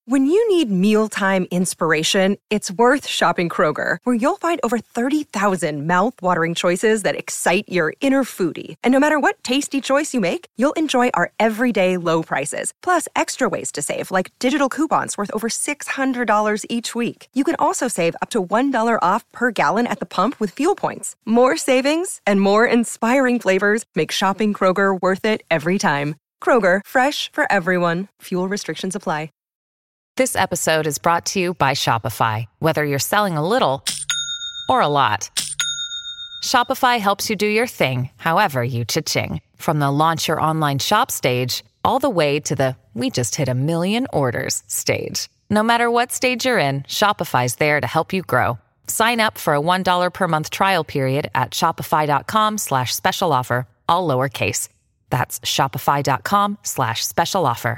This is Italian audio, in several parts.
When you need mealtime inspiration, it's worth shopping Kroger, where you'll find over 30,000 mouth-watering choices that excite your inner foodie. And no matter what tasty choice you make, you'll enjoy our everyday low prices, plus extra ways to save, like digital coupons worth over $600 each week. You can also save up to $1 off per gallon at the pump with fuel points. More savings and more inspiring flavors make shopping Kroger worth it every time. Kroger, fresh for everyone. Fuel restrictions apply. This episode is brought to you by Shopify. Whether you're selling a little or a lot, Shopify helps you do your thing, however you cha-ching. From the launch your online shop stage, all the way to the we just hit 1 million orders stage. No matter what stage you're in, Shopify's there to help you grow. Sign up for a $1 per month trial period at shopify.com/special offer, all lowercase. That's shopify.com/special offer.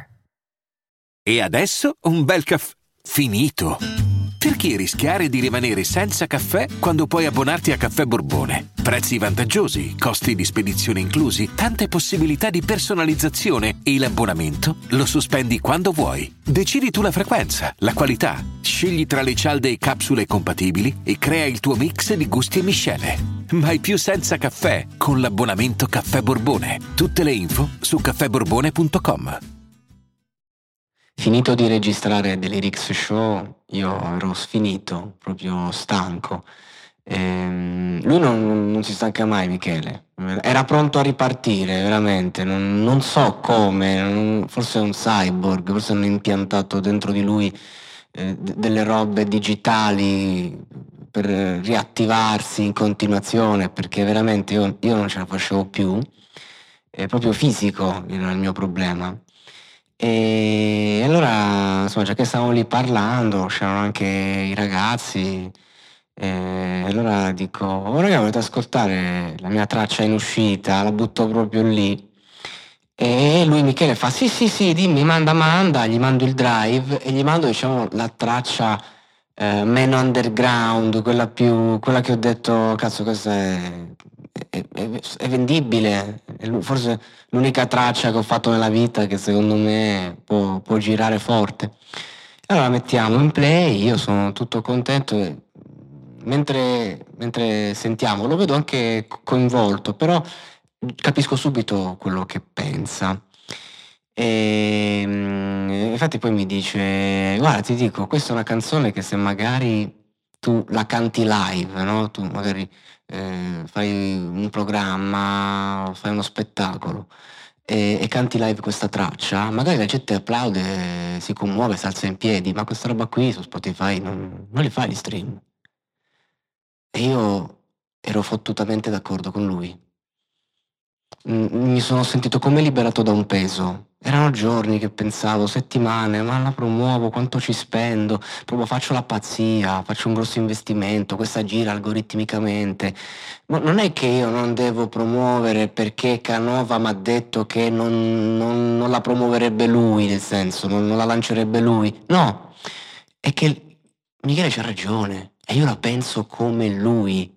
E adesso un bel caffè finito. Perché rischiare di rimanere senza caffè quando puoi abbonarti a Caffè Borbone? Prezzi vantaggiosi, costi di spedizione inclusi, tante possibilità di personalizzazione e l'abbonamento lo sospendi quando vuoi. Decidi tu la frequenza, la qualità, scegli tra le cialde e capsule compatibili e crea il tuo mix di gusti e miscele. Mai più senza caffè con l'abbonamento Caffè Borbone. Tutte le info su caffèborbone.com. Finito di registrare The Lyrics Show, io ero sfinito, proprio stanco. Lui non si stanca mai, Michele. Era pronto a ripartire, veramente. Non so come, forse è un cyborg, forse hanno impiantato dentro di lui delle robe digitali per riattivarsi in continuazione, perché veramente io non ce la facevo più. È proprio fisico era il mio problema. E allora, insomma, già che stavamo lì parlando, c'erano anche i ragazzi, e allora dico: oh raga, volete ascoltare la mia traccia in uscita? La butto proprio lì. E lui, Michele, fa sì, dimmi, manda, gli mando il drive e gli mando, diciamo, la traccia Man Underground, quella che ho detto, cazzo, questa è vendibile, è forse l'unica traccia che ho fatto nella vita che secondo me può girare forte. Allora mettiamo in play, io sono tutto contento e mentre sentiamo lo vedo anche coinvolto, però capisco subito quello che pensa. E infatti poi mi dice: guarda, ti dico, questa è una canzone che se magari tu la canti live, no? Tu magari fai un programma, fai uno spettacolo e canti live questa traccia, magari la gente applaude, si commuove, si alza in piedi, ma questa roba qui su Spotify non li fai gli stream. E io ero fottutamente d'accordo con lui. Mi sono sentito come liberato da un peso. Erano giorni che pensavo, settimane, ma la promuovo, quanto ci spendo, proprio faccio la pazzia, faccio un grosso investimento, questa gira algoritmicamente. Ma non è che io non devo promuovere perché Canova mi ha detto che non la promuoverebbe lui, nel senso, non la lancerebbe lui. No, è che Michele c'ha ragione e io la penso come lui.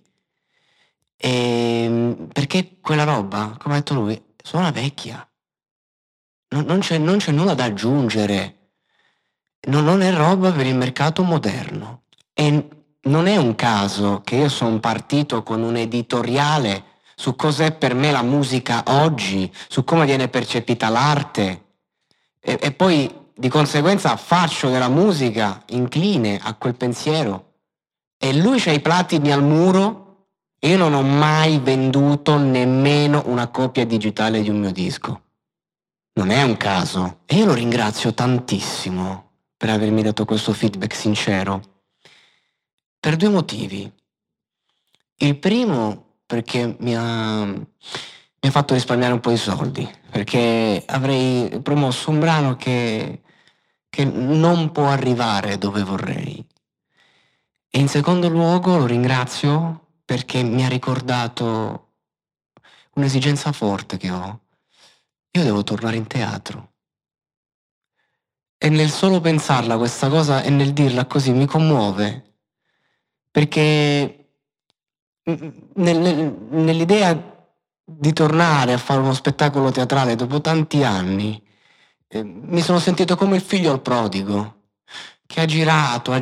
Perché quella roba, come ha detto lui, suona vecchia. Non c'è nulla da aggiungere. Non è roba per il mercato moderno. E non è un caso che io sono partito con un editoriale su cos'è per me la musica oggi, su come viene percepita l'arte. E poi di conseguenza faccio della musica incline a quel pensiero. E lui c'ha i platini al muro. Io non ho mai venduto nemmeno una copia digitale di un mio disco. Non è un caso. E io lo ringrazio tantissimo per avermi dato questo feedback sincero. Per 2 motivi. Il primo, perché mi ha fatto risparmiare un po' di soldi. Perché avrei promosso un brano che non può arrivare dove vorrei. E in secondo luogo lo ringrazio perché mi ha ricordato un'esigenza forte che ho. Io devo tornare in teatro. E nel solo pensarla questa cosa e nel dirla così mi commuove. Perché nell'idea di tornare a fare uno spettacolo teatrale dopo tanti anni, mi sono sentito come il figlio al prodigo. che ha girato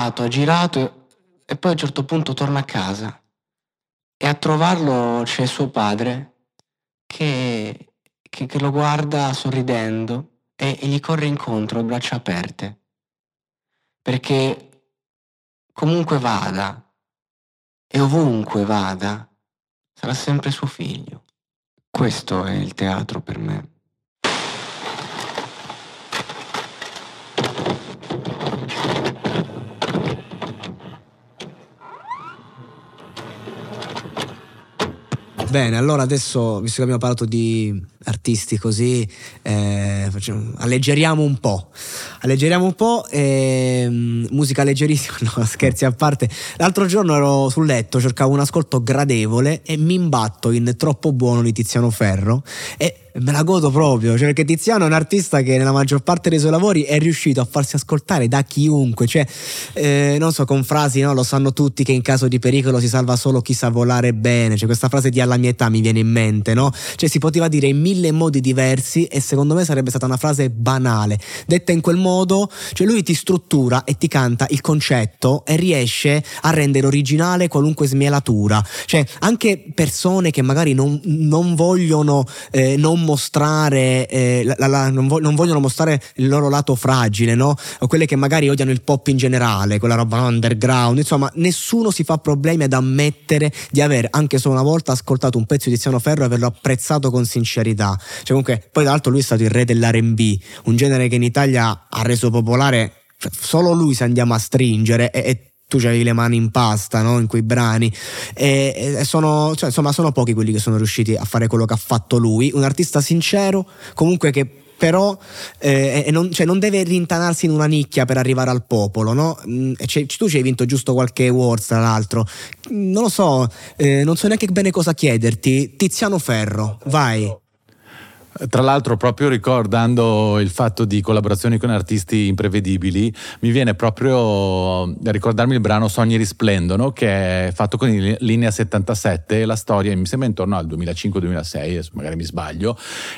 e poi a un certo punto torna a casa e a trovarlo c'è suo padre che lo guarda sorridendo e gli corre incontro a braccia aperte, perché comunque vada e ovunque vada sarà sempre suo figlio. Questo è il teatro per me. Bene, allora adesso, visto che abbiamo parlato di artisti così, alleggeriamo un po', musica leggerissima, no, scherzi a parte. L'altro giorno ero sul letto, cercavo un ascolto gradevole e mi imbatto in Troppo buono di Tiziano Ferro e me la godo proprio, cioè, perché Tiziano è un artista che nella maggior parte dei suoi lavori è riuscito a farsi ascoltare da chiunque, cioè non so, con frasi, no, lo sanno tutti che in caso di pericolo si salva solo chi sa volare bene, cioè questa frase di Alla mia età mi viene in mente, no? Cioè si poteva dire in 1000 modi diversi e secondo me sarebbe stata una frase banale, detta in quel modo, cioè lui ti struttura e ti canta il concetto e riesce a rendere originale qualunque smielatura, cioè anche persone che magari non vogliono non mostrare non vogliono mostrare il loro lato fragile, no? O quelle che magari odiano il pop in generale, quella roba underground, insomma nessuno si fa problemi ad ammettere di aver anche solo una volta ascoltato un pezzo di Tiziano Ferro e averlo apprezzato con sincerità. Cioè comunque poi tra l'altro lui è stato il re dell'R&B, un genere che in Italia ha reso popolare, cioè, solo lui se andiamo a stringere e tu c'avevi le mani in pasta, no? In quei brani e sono, cioè, insomma sono pochi quelli che sono riusciti a fare quello che ha fatto lui, un artista sincero comunque che però non deve rintanarsi in una nicchia per arrivare al popolo, no? Tu ci hai vinto giusto qualche awards tra l'altro, non lo so, non so neanche bene cosa chiederti. Tiziano Ferro, vai. Tra l'altro, proprio ricordando il fatto di collaborazioni con artisti imprevedibili, mi viene proprio a ricordarmi il brano Sogni risplendono, che è fatto con Linea 77, la storia mi sembra intorno al 2005-2006, magari mi sbaglio,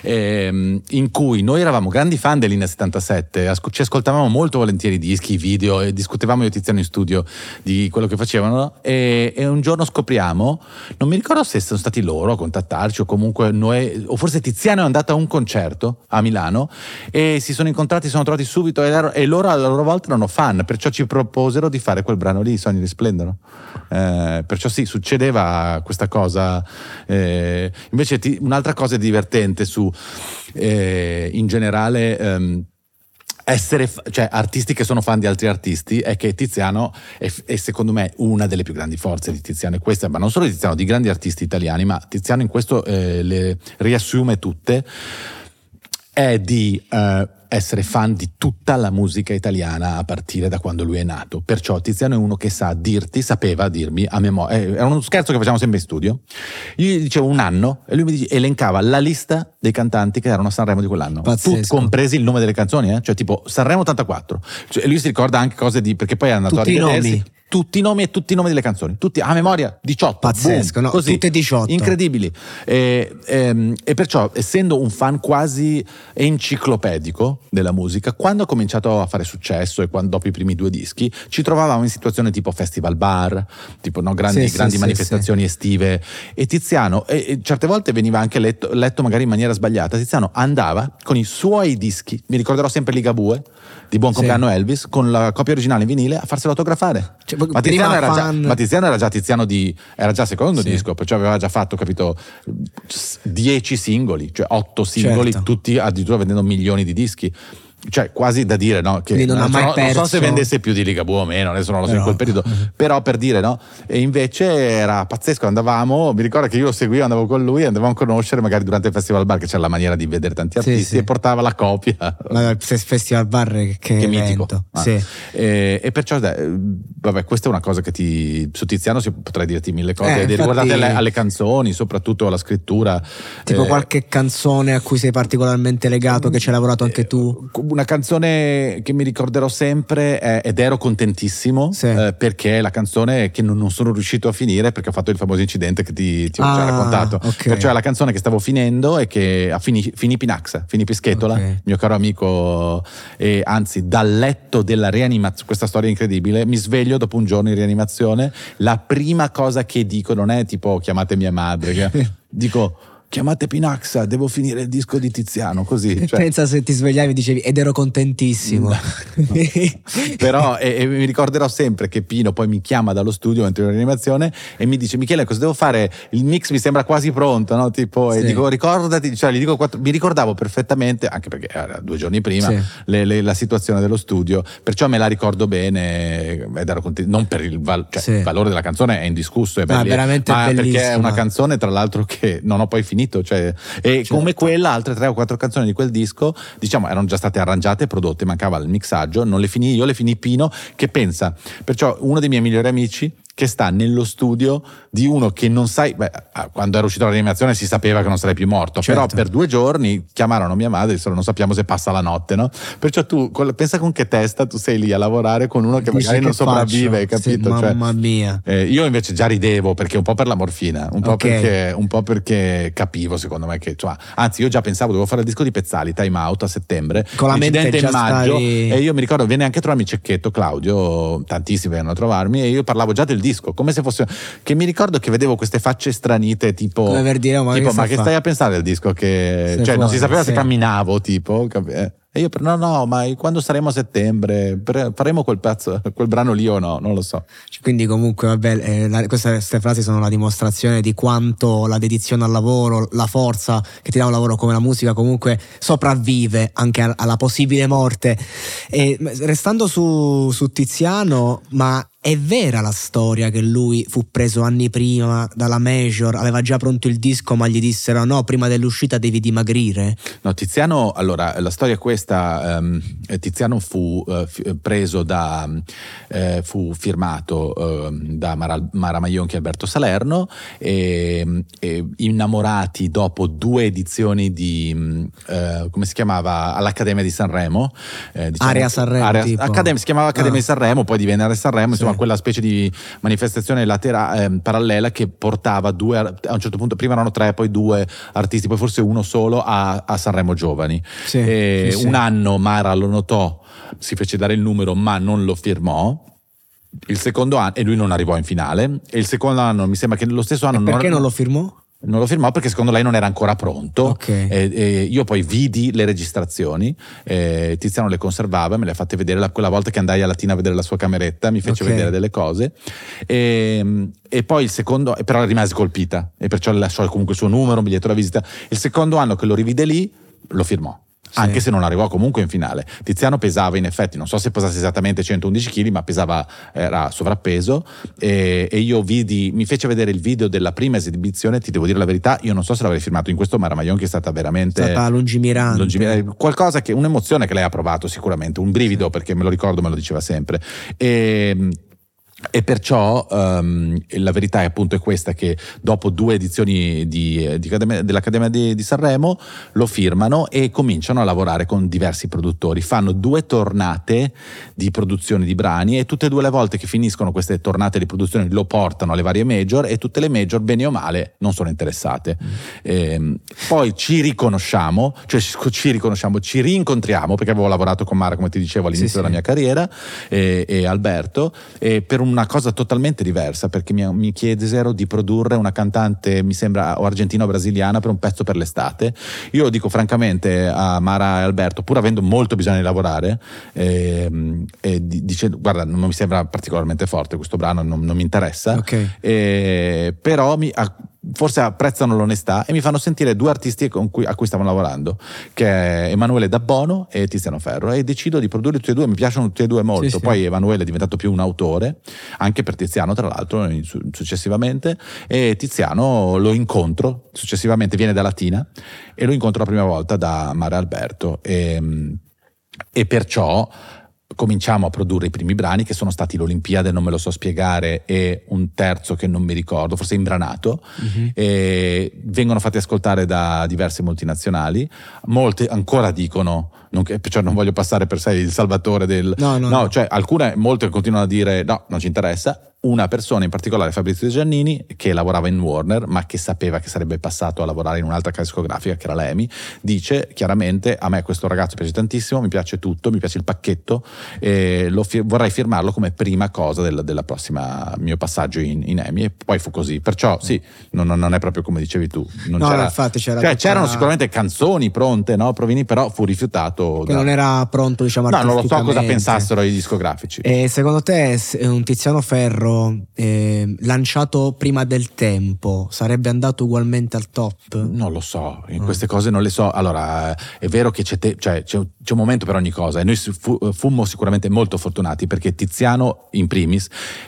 in cui noi eravamo grandi fan di Linea 77, ci ascoltavamo molto volentieri i dischi, i video e discutevamo io e Tiziano in studio di quello che facevano e un giorno scopriamo, non mi ricordo se sono stati loro a contattarci o comunque noi, o forse Tiziano è andato a un concerto a Milano e si sono incontrati, si sono trovati subito e loro a loro volta erano fan, perciò ci proposero di fare quel brano lì, Sogni risplendono, perciò sì, succedeva questa cosa. Invece un'altra cosa divertente su in generale cioè artisti che sono fan di altri artisti, è che Tiziano è secondo me una delle più grandi forze di Tiziano, e questa, ma non solo di Tiziano, di grandi artisti italiani, ma Tiziano in questo le riassume tutte, è di essere fan di tutta la musica italiana a partire da quando lui è nato. Perciò Tiziano è uno che sapeva dirmi a memoria, era uno scherzo che facciamo sempre in studio, io gli dicevo un anno e lui mi elencava la lista dei cantanti che erano a Sanremo di quell'anno, compresi il nome delle canzoni, cioè tipo Sanremo 84, cioè, lui si ricorda anche cose di, perché poi è andato tutti a rivedersi tutti i nomi e tutti i nomi delle canzoni, tutti a memoria, 18, pazzesco, boom, no? Così, tutte 18, incredibili, e perciò, essendo un fan quasi enciclopedico della musica, quando ha cominciato a fare successo e dopo i primi 2 dischi ci trovavamo in situazioni tipo festival bar, tipo grandi manifestazioni estive, e Tiziano e certe volte veniva anche letto magari in maniera sbagliata. Tiziano andava con i suoi dischi, mi ricorderò sempre Ligabue di Buon compleanno Elvis, con la copia originale in vinile a farselo autografare. Cioè, ma Tiziano era già secondo disco, perciò aveva già fatto, capito, 10 singoli, cioè 8 singoli, tutti addirittura vendendo milioni di dischi. Cioè quasi da dire, no, che non so se vendesse più di Ligabue o meno, adesso non lo so in quel periodo, però per dire, no, e invece era pazzesco, andavamo, mi ricordo che io lo seguivo, andavo con lui, andavamo a conoscere magari durante il festival bar, che c'era la maniera di vedere tanti artisti, e portava la copia. Ma il festival bar che mitico. E perciò vabbè, questa è una cosa che su Tiziano potrei dirti mille cose, riguardate alle canzoni, soprattutto alla scrittura, tipo qualche canzone a cui sei particolarmente legato, che ci hai lavorato anche tu. una canzone che mi ricorderò sempre ed ero contentissimo, sì. Perché è la canzone che non sono riuscito a finire perché ho fatto il famoso incidente che ti ho già raccontato. Okay. Cioè la canzone che stavo finendo e che finì Pinaxa, finì Pischetola, mio caro amico, e anzi dal letto della rianimazione, questa storia incredibile, mi sveglio dopo un giorno in rianimazione, la prima cosa che dico non è tipo chiamate mia madre, dico chiamate Pinaxa, devo finire il disco di Tiziano, così. Cioè. Pensa se ti svegliavi e dicevi ed ero contentissimo. Però e mi ricorderò sempre che Pino poi mi chiama dallo studio mentre ero in animazione e mi dice Michele cosa devo fare? Il mix mi sembra quasi pronto, no? Tipo, e dico ricordati, cioè gli dico mi ricordavo perfettamente, anche perché era 2 giorni prima, la situazione dello studio, perciò me la ricordo bene ed ero contento, non per il valore della canzone è indiscusso, è veramente ma bellissima. perché è una canzone tra l'altro che non ho poi finito. Cioè, e come quella, altre 3 o 4 canzoni di quel disco, diciamo, erano già state arrangiate e prodotte, mancava il mixaggio, non le finì io, le finì Pino, che pensa, perciò uno dei miei migliori amici che sta nello studio di uno che non sai, quando era uscito la rianimazione si sapeva che non sarei più morto, però per 2 giorni chiamarono mia madre e dissero non sappiamo se passa la notte, no? Perciò tu pensa con che testa tu sei lì a lavorare con uno che magari non sopravvive, hai capito? Sì, mamma mia. Io invece già ridevo perché un po' per la morfina, un po' perché capivo secondo me che, cioè, anzi io già pensavo dovevo fare il disco di Pezzali, Time Out a settembre, con la mente incidente in maggio, e io mi ricordo venne anche a trovarmi Cecchetto, Claudio, tantissimi vengono a trovarmi e io parlavo già del disco come se fosse, che mi ricordo che vedevo queste facce stranite tipo come per dire ma che stai a pensare del disco che cioè non si sapeva se camminavo tipo e io no ma quando saremo a settembre faremo quel brano lì o no, non lo so. Quindi comunque vabbè, queste frasi sono la dimostrazione di quanto la dedizione al lavoro, la forza che ti dà un lavoro come la musica comunque sopravvive anche alla possibile morte. E restando su Tiziano, ma è vera la storia che lui fu preso anni prima dalla major, aveva già pronto il disco ma gli dissero no, prima dell'uscita devi dimagrire? No, Tiziano, allora la storia è questa, Tiziano fu preso fu firmato da Mara Maionchi e Alberto Salerno e innamorati dopo 2 edizioni di come si chiamava all'Accademia di Sanremo, diciamo, Area Sanremo si chiamava Accademia di Sanremo, poi divenne Sanremo, insomma quella specie di manifestazione parallela che portava a un certo punto prima erano 3 poi 2 artisti poi forse uno solo a Sanremo Giovani. Un anno Mara lo notò, si fece dare il numero ma non lo firmò. Il secondo anno e lui non arrivò in finale e il secondo anno mi sembra che lo stesso anno perché non lo firmò? Non lo firmò perché secondo lei non era ancora pronto. Io poi vidi le registrazioni, Tiziano le conservava, me le ha fatte vedere quella volta che andai a Latina a vedere la sua cameretta, mi fece vedere delle cose e poi il secondo, però rimase colpita e perciò le lasciò comunque il suo numero, un biglietto da visita. Il secondo anno che lo rivide lì lo firmò. Anche se non arrivò comunque in finale. Tiziano pesava in effetti, non so se pesasse esattamente 111 kg, ma era sovrappeso e io mi fece vedere il video della prima esibizione, ti devo dire la verità, io non so se l'avrei firmato in questo, Mara Maionchi è stata veramente lungimirante, qualcosa un'emozione che lei ha provato sicuramente, un brivido perché me lo ricordo, me lo diceva sempre e perciò la verità è appunto questa, che dopo 2 edizioni dell'Accademia di Sanremo lo firmano e cominciano a lavorare con diversi produttori, fanno 2 tornate di produzione di brani e tutte e 2 le volte che finiscono queste tornate di produzione lo portano alle varie major e tutte le major bene o male non sono interessate. Poi ci rincontriamo perché avevo lavorato con Mara come ti dicevo all'inizio della mia carriera e Alberto per una cosa totalmente diversa perché mi chiesero di produrre una cantante mi sembra o argentina o brasiliana per un pezzo per l'estate. Io dico francamente a Mara e Alberto, pur avendo molto bisogno di lavorare dicendo guarda non mi sembra particolarmente forte questo brano, non mi interessa, però forse apprezzano l'onestà e mi fanno sentire 2 artisti a cui stiamo lavorando, che è Emanuele Dabbono e Tiziano Ferro, e decido di produrre tutti e 2, mi piacciono tutti e 2 molto. Poi Emanuele è diventato più un autore anche per Tiziano tra l'altro successivamente, e Tiziano lo incontro successivamente, viene da Latina e lo incontro la prima volta da Mara Alberto e perciò cominciamo a produrre i primi brani che sono stati l'Olimpiade, non me lo so spiegare, e un terzo che non mi ricordo, forse Imbranato, e vengono fatti ascoltare da diverse multinazionali, molte ancora dicono perciò non voglio passare per sé il salvatore del no. Cioè molte continuano a dire no, non ci interessa. Una persona in particolare, Fabrizio De Giannini, che lavorava in Warner ma che sapeva che sarebbe passato a lavorare in un'altra casa discografica che era la EMI, dice chiaramente: a me questo ragazzo piace tantissimo, mi piace tutto, mi piace il pacchetto, e vorrei firmarlo come prima cosa della prossima mio passaggio in EMI. E poi fu così, perciò sì, non è proprio come dicevi tu, infatti c'erano sicuramente canzoni pronte, no, Provini, però fu rifiutato che non era pronto, diciamo, no, non lo so cosa artisticamente. pensassero i discografici. E secondo te un Tiziano Ferro lanciato prima del tempo sarebbe andato ugualmente al top? Non lo so, in queste cose non le so. Allora, è vero che c'è un momento per ogni cosa, e noi fummo sicuramente molto fortunati perché Tiziano in primis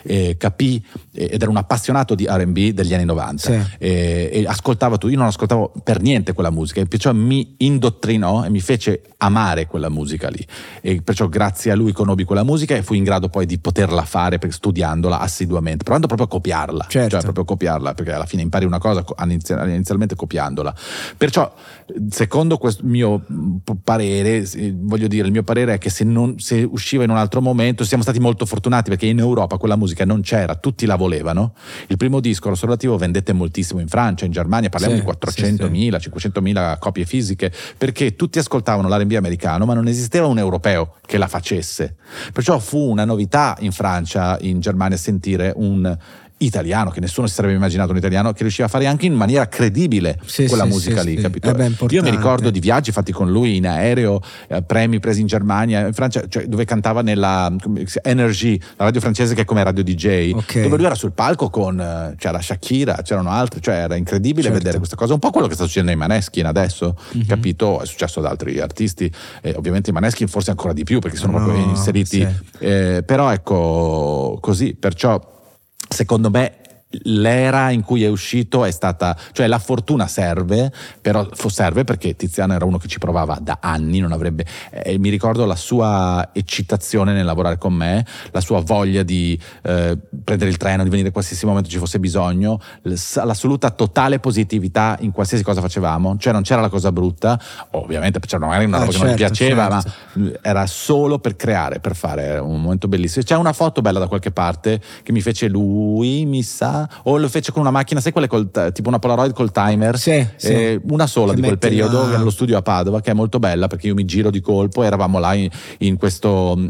capì ed era un appassionato di R&B degli anni 90, sì. E ascoltava tutto. Io non ascoltavo per niente quella musica, e perciò mi indottrinò e mi fece amare quella musica lì, e perciò grazie a lui conobbi quella musica e fui in grado poi di poterla fare, studiandola assiduamente, provando proprio a copiarla, certo. Cioè proprio copiarla, perché alla fine impari una cosa inizialmente copiandola. Perciò, secondo questo mio parere, voglio dire, il mio parere è che se usciva in un altro momento, siamo stati molto fortunati perché in Europa quella musica non c'era, tutti la volevano. Il primo disco, Rosso Relativo, vendette moltissimo in Francia, in Germania, parliamo di 400.000, 500.000 copie fisiche, perché tutti ascoltavano l'R&B americano, ma non esisteva un europeo che la facesse. Perciò fu una novità in Francia, in Germania, sentire un italiano, che nessuno si sarebbe immaginato, un italiano che riusciva a fare anche in maniera credibile quella musica lì, capito? Io mi ricordo di viaggi fatti con lui in aereo, premi presi in Germania, in Francia, cioè, dove cantava nella Energy, la radio francese che è come radio DJ, dove lui era sul palco con c'era Shakira, c'erano altri, cioè era incredibile vedere questa cosa, un po' quello che sta succedendo ai Maneskin adesso, capito? È successo ad altri artisti, ovviamente i Maneskin forse ancora di più perché sono proprio inseriti, però ecco così, perciò secondo me l'era in cui è uscito è stata, cioè la fortuna serve, però serve perché Tiziano era uno che ci provava da anni, non avrebbe, mi ricordo la sua eccitazione nel lavorare con me, la sua voglia di prendere il treno, di venire qualsiasi momento ci fosse bisogno, l'assoluta totale positività in qualsiasi cosa facevamo, cioè non c'era la cosa brutta, ovviamente c'era magari una roba che non gli piaceva, ma era solo per creare, per fare un momento bellissimo. C'è una foto bella da qualche parte che mi fece lui, mi sa, o lo fece con una macchina, sai quelle tipo una Polaroid col timer, una sola che di quel periodo nello studio a Padova, che è molto bella perché io mi giro di colpo, eravamo là in questo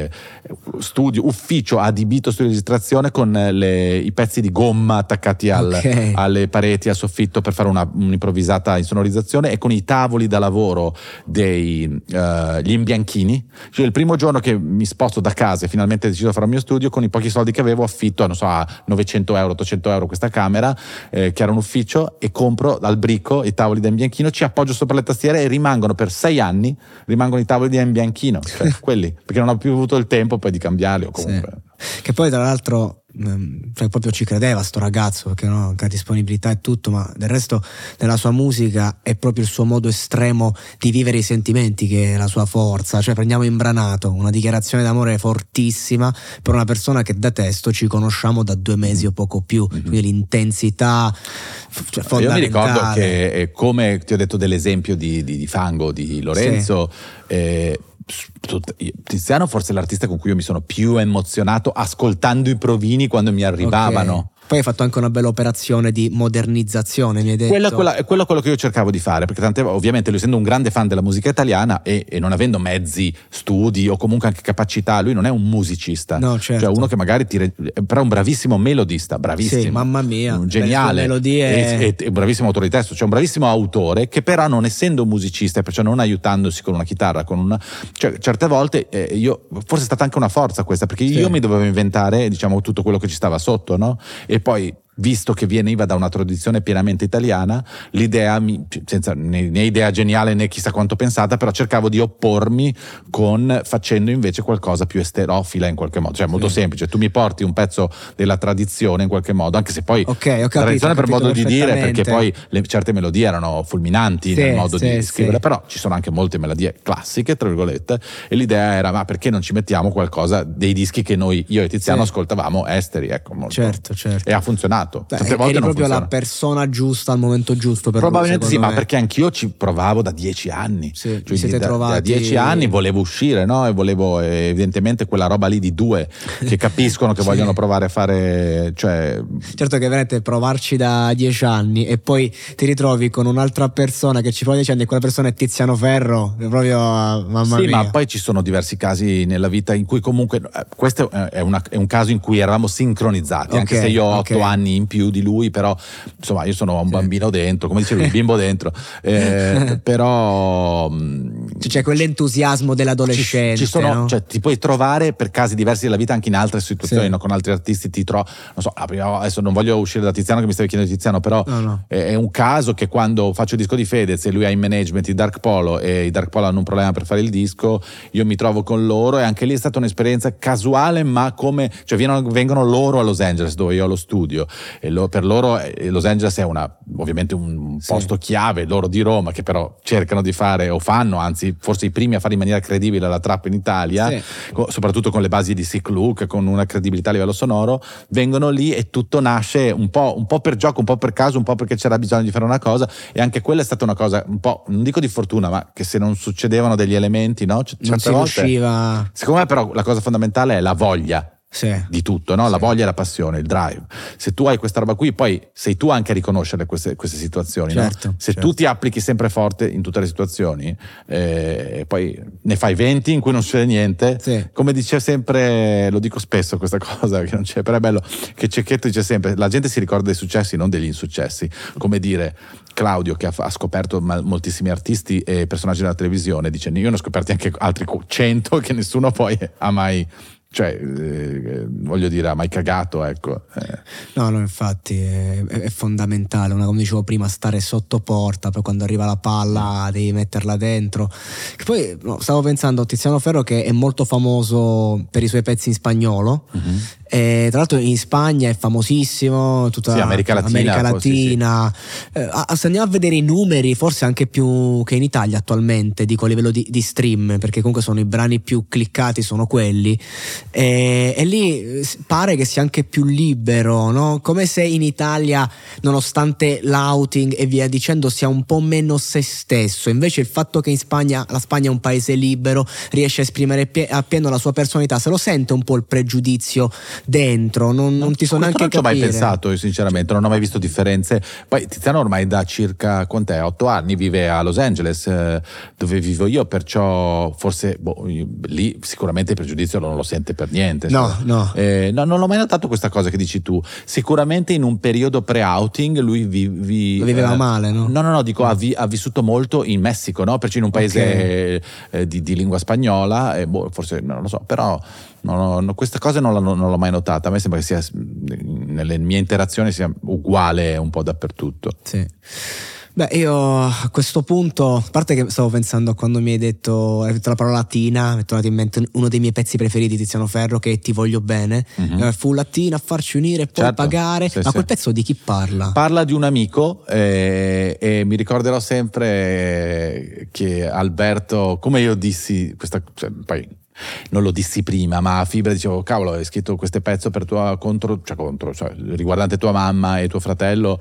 studio, ufficio adibito studio di registrazione con i pezzi di gomma attaccati alle pareti, al soffitto, per fare un'improvvisata insonorizzazione, e con i tavoli da lavoro gli imbianchini. Cioè, il primo giorno che mi sposto da casa e finalmente decido di fare il mio studio, con i pochi soldi che avevo affitto, non so, a 900 euro, 800 euro questa camera, che era un ufficio, e compro al bricco i tavoli da imbianchino, ci appoggio sopra le tastiere e rimangono per 6 anni i tavoli da imbianchino, cioè quelli, perché non ho più avuto il tempo poi di cambiarli, o comunque che poi tra l'altro cioè proprio ci credeva sto ragazzo, perché anche la disponibilità e tutto, ma del resto nella sua musica è proprio il suo modo estremo di vivere i sentimenti che è la sua forza. Cioè prendiamo Imbranato, una dichiarazione d'amore fortissima per una persona che da testo ci conosciamo da 2 mesi o poco più, quindi l'intensità fondamentale. Io mi ricordo che, come ti ho detto dell'esempio di Fango, di Lorenzo, Tiziano forse è l'artista con cui io mi sono più emozionato ascoltando i provini quando mi arrivavano. Poi hai fatto anche una bella operazione di modernizzazione, mi hai detto. Quello che io cercavo di fare, perché ovviamente lui, essendo un grande fan della musica italiana e non avendo mezzi, studi o comunque anche capacità, lui non è un musicista, cioè uno che magari però è un bravissimo melodista, bravissimo, sì, mamma mia, un geniale, melodie e un bravissimo autore di testo, cioè un bravissimo autore, che però non essendo un musicista e perciò non aiutandosi con una chitarra, cioè certe volte io, forse è stata anche una forza questa, perché io mi dovevo inventare, diciamo, tutto quello che ci stava sotto, no? E poi, visto che veniva da una tradizione pienamente italiana, l'idea, senza né idea geniale né chissà quanto pensata, però cercavo di oppormi facendo invece qualcosa più esterofila in qualche modo, cioè molto semplice. Tu mi porti un pezzo della tradizione in qualche modo, anche se poi ho capito, tradizione per modo di dire, perché poi certe melodie erano fulminanti nel modo di scrivere, però ci sono anche molte melodie classiche, tra virgolette, e l'idea era: ma perché non ci mettiamo qualcosa dei dischi che io e Tiziano ascoltavamo esteri, ecco, molto. Certo. E ha funzionato. funzionato. Tante volte eri non proprio funziona. la persona giusta al momento giusto per Probabilmente lui, sì, ma me. perché anch'io ci provavo da 10 anni. Sì, Cioè, siete da trovati... 10 anni volevo uscire, no? E volevo evidentemente quella roba lì di due che capiscono che Sì. vogliono provare a fare, cioè... Certo che veramente provarci da 10 anni e poi ti ritrovi con un'altra persona che ci prova 10 anni e quella persona è Tiziano Ferro, è proprio mamma Sì, mia. ma poi ci sono diversi casi nella vita in cui comunque questo è un caso in cui eravamo sincronizzati, anche se io ho 8 anni in più di lui, però insomma io sono un bambino dentro, come dicevi, un bimbo dentro, però c'è quell'entusiasmo dell'adolescente, ci sono, no? cioè, ti puoi trovare per casi diversi della vita anche in altre situazioni, Sì. no? Con altri artisti non so, adesso non voglio uscire da Tiziano che mi stavi chiedendo Tiziano, però No. È un caso che quando faccio il disco di Fedez e lui ha in management i Dark Polo e i Dark Polo hanno un problema per fare il disco, io mi trovo con loro e anche lì è stata un'esperienza casuale, ma come, cioè vengono loro a Los Angeles dove io ho lo studio e per loro Los Angeles è ovviamente un posto chiave, loro di Roma che però cercano di fare o fanno, anzi forse i primi a fare in maniera credibile la trap in Italia, soprattutto con le basi di Sick Luke, con una credibilità a livello sonoro, vengono lì e tutto nasce un po' per gioco, un po' per caso, un po' perché c'era bisogno di fare una cosa, e anche quella è stata una cosa un po', non dico di fortuna, ma che se non succedevano degli elementi, no? Non si riusciva. Secondo me però la cosa fondamentale è la voglia. Sì. Di tutto, no? La voglia e la passione, il drive. Se tu hai questa roba qui, poi sei tu anche a riconoscere queste situazioni, certo, no? Se tu ti applichi sempre forte in tutte le situazioni, poi ne fai 20 in cui non succede niente, come dice sempre, lo dico spesso questa cosa che non c'è, però è bello che Cecchetto dice sempre: la gente si ricorda dei successi, non degli insuccessi. Come dire, Claudio che ha scoperto moltissimi artisti e personaggi della televisione, dice: io ne ho scoperti anche altri 100 che nessuno poi ha mai, cioè voglio dire, ha mai cagato, ecco. No, infatti è fondamentale, come dicevo prima, stare sotto porta, poi quando arriva la palla devi metterla dentro. Che poi stavo pensando a Tiziano Ferro, che è molto famoso per i suoi pezzi in spagnolo, e tra l'altro in Spagna è famosissimo, tutta America Latina. Se andiamo a vedere i numeri, forse anche più che in Italia attualmente, dico a livello di stream, perché comunque sono i brani più cliccati, sono quelli. E lì pare che sia anche più libero, no? Come se in Italia, nonostante l'outing e via dicendo, sia un po' meno se stesso. Invece il fatto che in Spagna, la Spagna è un paese libero, riesce a esprimere appieno la sua personalità, se lo sente un po' il pregiudizio dentro, non ti so neanche capire. Non ci ho mai pensato, io sinceramente non ho mai visto differenze. Poi Tiziano ormai da circa 8 anni vive a Los Angeles, dove vivo io, perciò forse lì sicuramente il pregiudizio non lo sente per niente. No. No, non l'ho mai notato questa cosa che dici tu. Sicuramente in un periodo pre-outing lui viveva male, no? No, dico ha vissuto molto in Messico, no? Perciò in un paese di lingua spagnola, forse non lo so, però questa cosa non l'ho mai notata. A me sembra che sia nelle mie interazioni sia uguale un po' dappertutto. Sì. Beh, io a questo punto, a parte che stavo pensando a quando mi hai detto la parola latina, mi è tornato in mente uno dei miei pezzi preferiti di Tiziano Ferro, che è Ti voglio bene. Fu latina a farci unire e poi pagare. Ma quel pezzo di chi parla? Parla di un amico, e mi ricorderò sempre che Alberto, come io dissi questa, cioè, poi non lo dissi prima, ma a Fibra dicevo: cavolo, hai scritto questo pezzo per riguardante tua mamma e tuo fratello,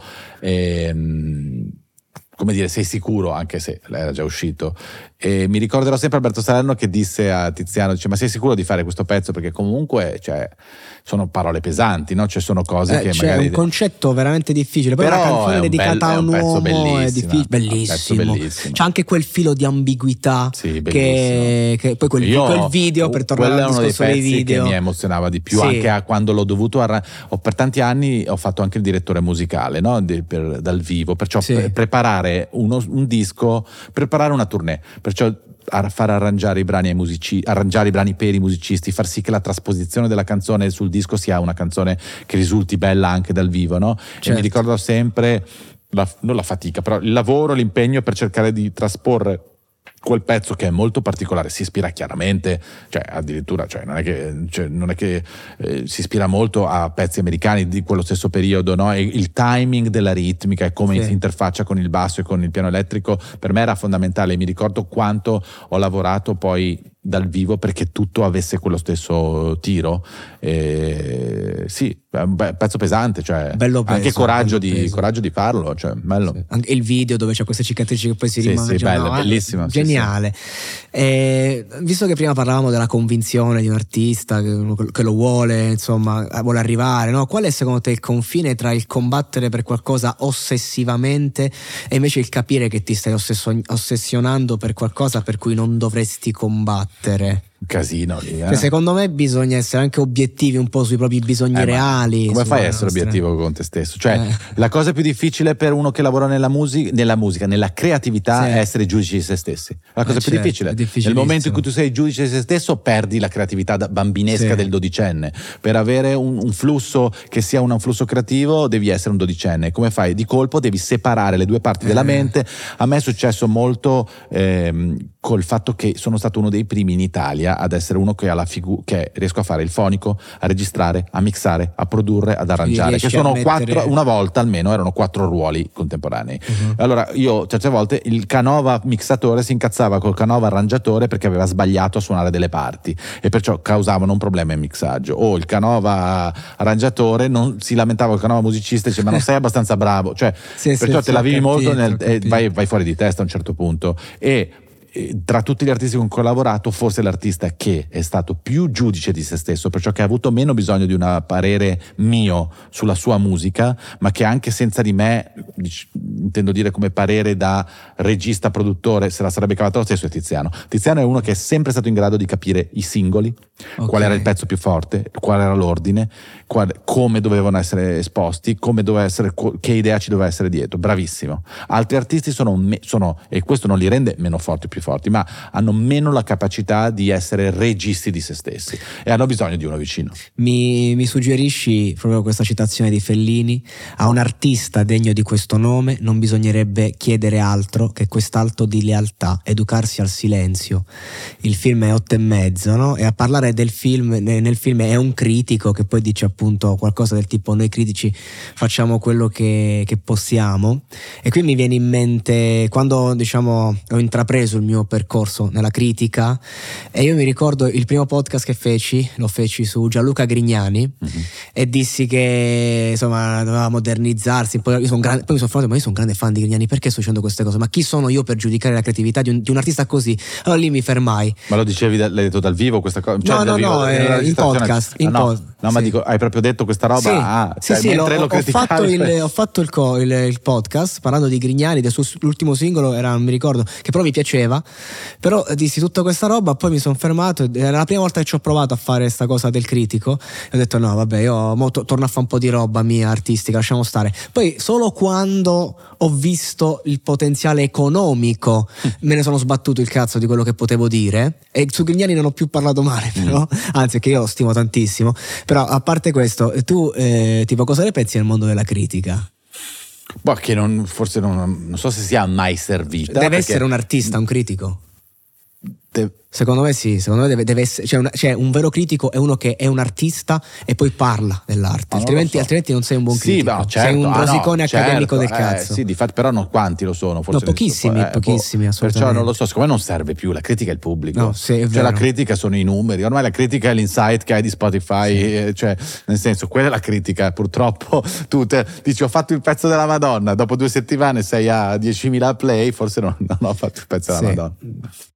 come dire, sei sicuro? Anche se era già uscito. E mi ricorderò sempre Alberto Salerno che disse a Tiziano, dice: ma sei sicuro di fare questo pezzo? Perché comunque, cioè, sono parole pesanti, no? Cioè sono cose che magari... È un concetto veramente difficile. Poi però una canzone dedicata a un uomo è difficile. Bellissimo. C'è anche quel filo di ambiguità, che poi quel video, per tornare al discorso dei video, che mi emozionava di più, anche quando l'ho dovuto per tanti anni ho fatto anche il direttore musicale, no? Dal vivo, perciò preparare un disco, preparare una tournée, perciò far arrangiare i brani arrangiare i brani per i musicisti, far sì che la trasposizione della canzone sul disco sia una canzone che risulti bella anche dal vivo, no? E mi ricordo sempre non la fatica, però il lavoro, l'impegno per cercare di trasporre quel pezzo che è molto particolare. Si ispira chiaramente, cioè addirittura, non è che si ispira molto a pezzi americani di quello stesso periodo, no? E il timing della ritmica e come si interfaccia con il basso e con il piano elettrico per me era fondamentale. Mi ricordo quanto ho lavorato poi dal vivo perché tutto avesse quello stesso tiro. Sì, è un pezzo pesante, cioè bello peso, anche coraggio di farlo, cioè bello. Sì. Anche il video dove c'è queste cicatrici che poi si Sì, rimangiano, bellissimo, geniale. Visto che prima parlavamo della convinzione di un artista che lo vuole, insomma, vuole arrivare, no? Qual è secondo te il confine tra il combattere per qualcosa ossessivamente e invece il capire che ti stai ossessionando per qualcosa per cui non dovresti combattere? Casino lì, Cioè, secondo me bisogna essere anche obiettivi un po' sui propri bisogni reali. Come fai a essere obiettivo con te stesso? Cioè, la cosa più difficile per uno che lavora nella creatività è essere giudice di se stessi. La cosa più difficile. Nel momento in cui tu sei giudice di se stesso, perdi la creatività bambinesca del dodicenne. Per avere un flusso che sia un flusso creativo, devi essere un dodicenne. Come fai? Di colpo devi separare le due parti della mente. A me è successo molto col fatto che sono stato uno dei primi in Italia ad essere uno che ha che riesco a fare il fonico, a registrare, a mixare, a produrre, ad arrangiare, che sono una volta almeno erano 4 ruoli contemporanei. Allora io certe volte il Canova mixatore si incazzava col Canova arrangiatore perché aveva sbagliato a suonare delle parti e perciò causavano un problema in mixaggio, o il Canova arrangiatore non si lamentava col Canova musicista e dice ma non sei abbastanza bravo, cioè perciò te la vivi molto e vai fuori di testa a un certo punto. E tra tutti gli artisti con cui ho lavorato, forse l'artista che è stato più giudice di se stesso, perciò che ha avuto meno bisogno di un parere mio sulla sua musica, ma che anche senza di me, intendo dire come parere da regista, produttore, se la sarebbe cavato lo stesso, è Tiziano. Tiziano è uno che è sempre stato in grado di capire i singoli, qual era il pezzo più forte, qual era l'ordine, come dovevano essere esposti, come doveva essere, che idea ci doveva essere dietro. Bravissimo. Altri artisti sono, e questo non li rende meno forti o più forti, ma hanno meno la capacità di essere registi di se stessi e hanno bisogno di uno vicino. Mi suggerisci proprio questa citazione di Fellini: a un artista degno di questo nome non bisognerebbe chiedere altro che quest'alto di lealtà, educarsi al silenzio. Il film è 8:30, no? E a parlare del film, nel film è un critico che poi dice appunto qualcosa del tipo: noi critici facciamo quello che possiamo. E qui mi viene in mente quando, diciamo, ho intrapreso il mio percorso nella critica, e io mi ricordo il primo podcast che lo feci su Gianluca Grignani, e dissi che insomma doveva modernizzarsi. Poi mi sono fermato, ma io sono un grande fan di Grignani, perché sto dicendo queste cose? Ma chi sono io per giudicare la creatività di un artista così? Allora lì mi fermai. Ma lo dicevi, l'hai detto dal vivo questa cosa? Cioè, no, in podcast. Ma dico, hai proprio detto questa roba? Ho fatto il podcast parlando di Grignani, del suo ultimo singolo, non mi ricordo, che però mi piaceva, però dissi tutta questa roba, poi mi sono fermato, era la prima volta che ci ho provato a fare sta cosa del critico, e ho detto no vabbè, io torno a fare un po' di roba mia artistica, lasciamo stare. Poi solo quando ho visto il potenziale economico me ne sono sbattuto il cazzo di quello che potevo dire, e su Grignani non ho più parlato male, però anzi, che io lo stimo tantissimo. Però a parte questo, tu tipo cosa ne pensi del mondo della critica? Boh, che forse non so se sia mai servita. Deve essere un artista, un critico? Secondo me sì, secondo me deve essere, cioè un vero critico è uno che è un artista e poi parla dell'arte, altrimenti non sei un buon critico. Sì, no, certo, sei un rosicone accademico del cazzo. Sì, difatti, però non quanti lo sono, forse pochissimi, assolutamente. Perciò non lo so, siccome non serve più, la critica è il pubblico. No, sì, è cioè la critica sono i numeri, ormai la critica è l'insight che hai di Spotify, cioè nel senso, quella è la critica. Purtroppo tu dici ho fatto il pezzo della Madonna, dopo 2 settimane sei a 10.000 play, forse non ho fatto il pezzo della Madonna.